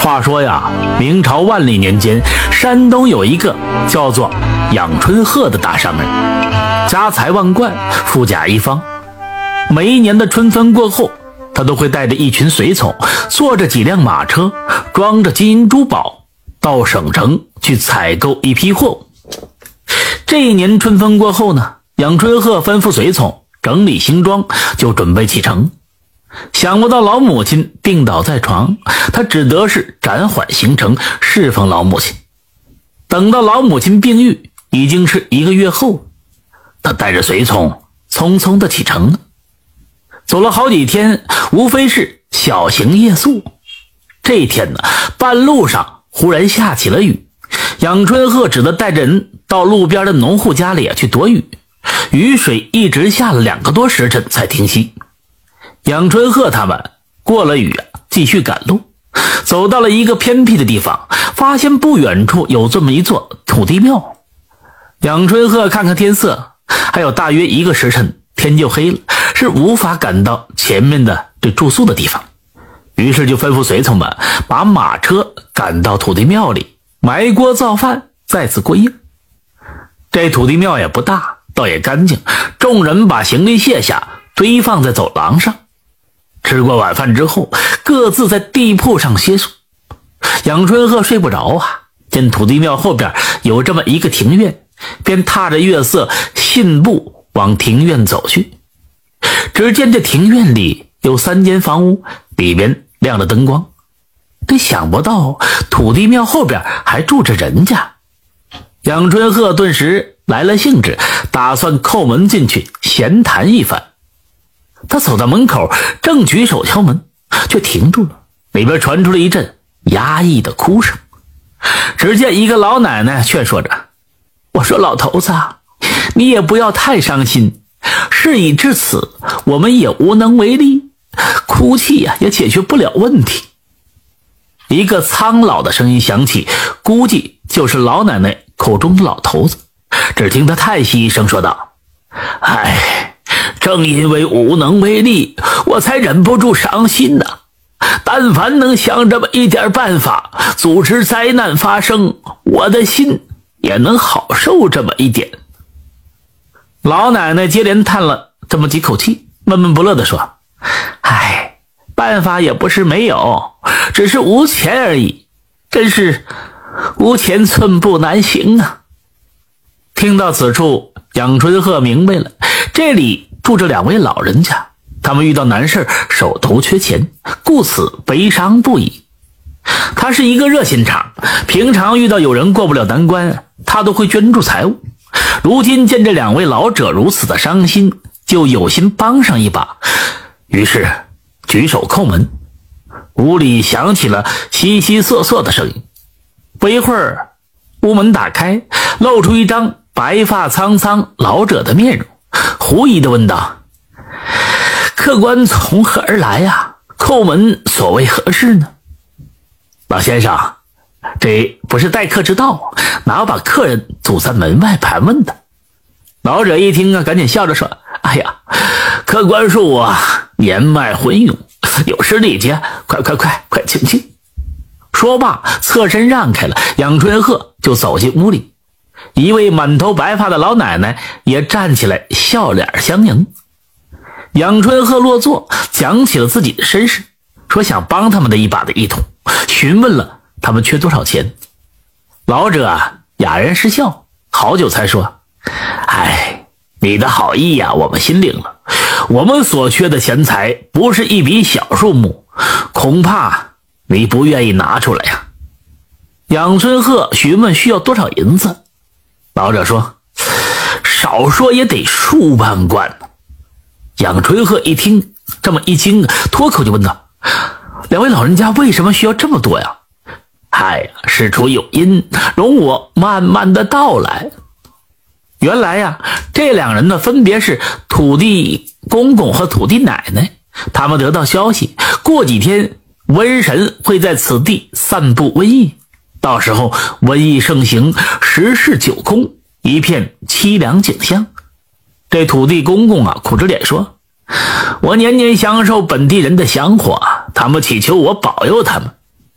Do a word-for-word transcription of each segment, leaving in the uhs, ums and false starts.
话说呀，明朝万历年间，山东有一个叫做杨春鹤的大商人，家财万贯，富甲一方。每一年的春分过后，他都会带着一群随从，坐着几辆马车，装着金银珠宝，到省城去采购一批货物。这一年春分过后呢，杨春鹤吩咐随从整理行装，就准备启程。想不到老母亲病倒在床，他只得是暂缓行程，侍奉老母亲。等到老母亲病愈，已经是一个月后，他带着随从匆匆的启程了。走了好几天，无非是小行夜宿。这一天呢，半路上忽然下起了雨，杨春鹤只得带着人到路边的农户家里去躲雨，雨水一直下了两个多时辰才停息。杨春鹤他们过了雨啊，继续赶路，走到了一个偏僻的地方，发现不远处有这么一座土地庙。杨春鹤看看天色，还有大约一个时辰天就黑了，是无法赶到前面的这住宿的地方。于是就吩咐随从们把马车赶到土地庙里，埋锅造饭，在此过夜。这土地庙也不大，倒也干净，众人把行李卸下，堆放在走廊上。吃过晚饭之后，各自在地铺上歇宿。杨春鹤睡不着啊，见土地庙后边有这么一个庭院，便踏着月色信步往庭院走去。只见这庭院里有三间房屋，里边亮着灯光。这想不到土地庙后边还住着人家。杨春鹤顿时来了兴致，打算叩门进去闲谈一番。他走到门口，正举手敲门，却停住了，里边传出了一阵压抑的哭声。只见一个老奶奶劝说着：“我说老头子，你也不要太伤心，事已至此，我们也无能为力，哭泣呀、啊、也解决不了问题。”一个苍老的声音响起，估计就是老奶奶口中的老头子。只听他叹息一声说道：“唉，正因为无能为力，我才忍不住伤心呢。但凡能想这么一点办法，阻止灾难发生，我的心也能好受这么一点。”老奶奶接连叹了这么几口气，闷闷不乐地说：“唉，办法也不是没有，只是无钱而已，真是无钱寸步难行啊。”听到此处，杨春鹤明白了，这里住着两位老人家，他们遇到难事，手头缺钱，故此悲伤不已。他是一个热心肠，平常遇到有人过不了难关，他都会捐助财物。如今见这两位老者如此的伤心，就有心帮上一把，于是举手叩门。屋里响起了悉悉瑟瑟的声音。不一会儿，屋门打开，露出一张白发苍苍老者的面容，狐疑地问道：“客官从何而来呀？叩门所为何事呢？”“老先生，这不是待客之道，哪有把客人阻在门外盘问的？”老者一听啊，赶紧笑着说：“哎呀，客官恕我年迈昏庸，有失礼节，快快快快请进。”说罢侧身让开了，杨春鹤就走进屋里。一位满头白发的老奶奶也站起来，笑脸相迎。杨春鹤落座，讲起了自己的身世，说想帮他们的一把的意图，询问了他们缺多少钱。老者啊哑然失笑，好久才说：“哎，你的好意呀、啊，我们心领了。我们所缺的钱财不是一笔小数目，恐怕你不愿意拿出来呀。”杨春鹤询问需要多少银子。老者说：“少说也得数万贯。”杨春鹤一听这么一惊，脱口就问道：“两位老人家为什么需要这么多呀？”“哎呀，事出有因，容我慢慢的道来。”原来呀，这两人呢分别是土地公公和土地奶奶，他们得到消息，过几天瘟神会在此地散布瘟疫，到时候瘟疫盛行，十室九空，一片凄凉景象。这土地公公啊苦着脸说：“我年年享受本地人的香火，他们祈求我保佑他们。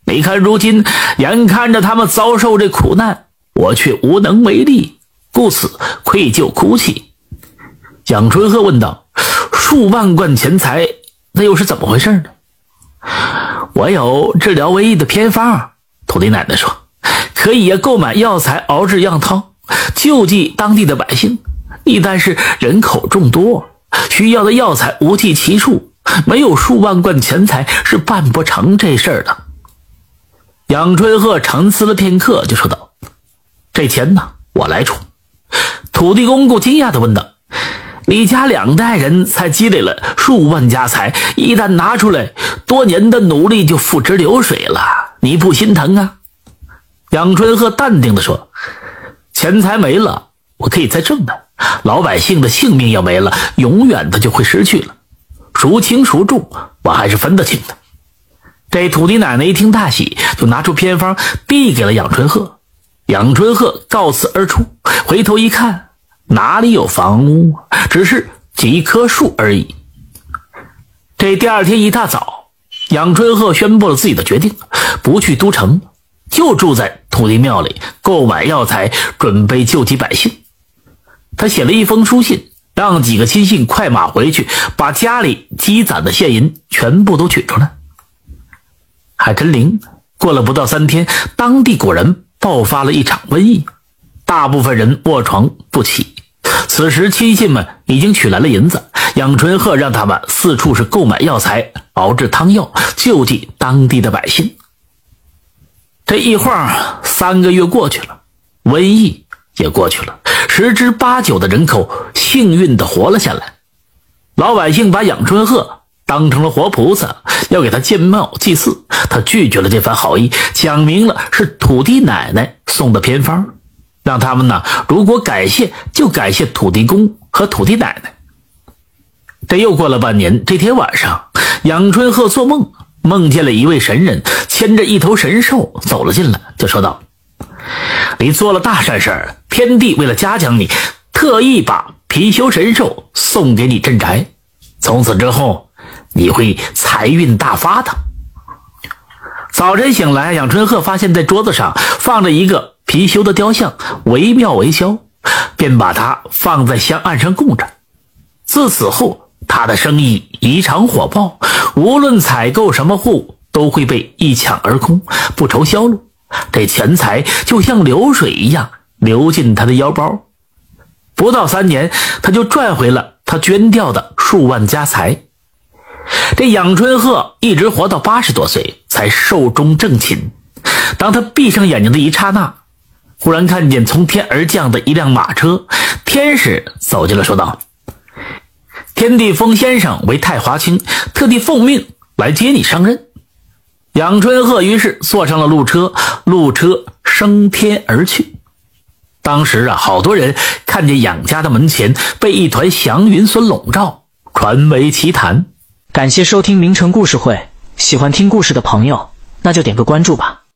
你看如今眼看着他们遭受这苦难，我却无能为力，故此愧疚哭泣。杨春鹤问道，数万贯钱财那又是怎么回事呢？我有治疗瘟疫的偏方，土地奶奶说，可以购买药材熬制药汤，救济当地的百姓。一旦是人口众多，需要的药材无计其数，没有数万贯钱财是办不成这事儿的。杨春鹤沉思了片刻，就说道，这钱呢，我来出。土地公公惊讶地问道，李家两代人才积累了数万家财，一旦拿出来，多年的努力就付之流水了，你不心疼啊？杨春鹤淡定地说，钱财没了我可以再挣的，老百姓的性命要没了，永远的就会失去了，孰轻孰重我还是分得清的。这土地奶奶一听大喜，就拿出偏方递给了杨春鹤。杨春鹤告辞而出，回头一看，哪里有房屋，只是几棵树而已。这第二天一大早，杨春鹤宣布了自己的决定，不去都城，就住在土地庙里购买药材，准备救济百姓。他写了一封书信，让几个亲信快马回去，把家里积攒的现银全部都取出来。还真灵，过了不到三天，当地果然爆发了一场瘟疫，大部分人卧床不起。此时亲信们已经取来了银子，杨春鹤让他们四处是购买药材，熬制汤药，救济当地的百姓。这一晃三个月过去了，瘟疫也过去了，十之八九的人口幸运地活了下来。老百姓把杨春鹤当成了活菩萨，要给他建庙祭祀，他拒绝了这番好意，讲明了是土地奶奶送的偏方，让他们呢，如果感谢就感谢土地公和土地奶奶。这又过了半年，这天晚上，杨春鹤做梦，梦见了一位神人牵着一头神兽走了进来，就说道，你做了大善事，天帝为了嘉奖你，特意把貔貅神兽送给你镇宅，从此之后你会财运大发的。早晨醒来，杨春鹤发现在桌子上放着一个貔貅的雕像，惟妙惟肖，便把它放在香案上供着。自此后，他的生意异常火爆，无论采购什么货都会被一抢而空，不愁销路。这钱财就像流水一样流进他的腰包，不到三年，他就赚回了他捐掉的数万家财。这杨春鹤一直活到八十多岁才寿终正寝。当他闭上眼睛的一刹那，忽然看见从天而降的一辆马车，天使走进来说道，天帝封先生为太华卿，特地奉命来接你上任。杨春鹤于是坐上了路车，路车升天而去。当时啊，好多人看见杨家的门前被一团祥云所笼罩，传为奇谈。 感谢收听名城故事会，喜欢听故事的朋友，那就点个关注吧。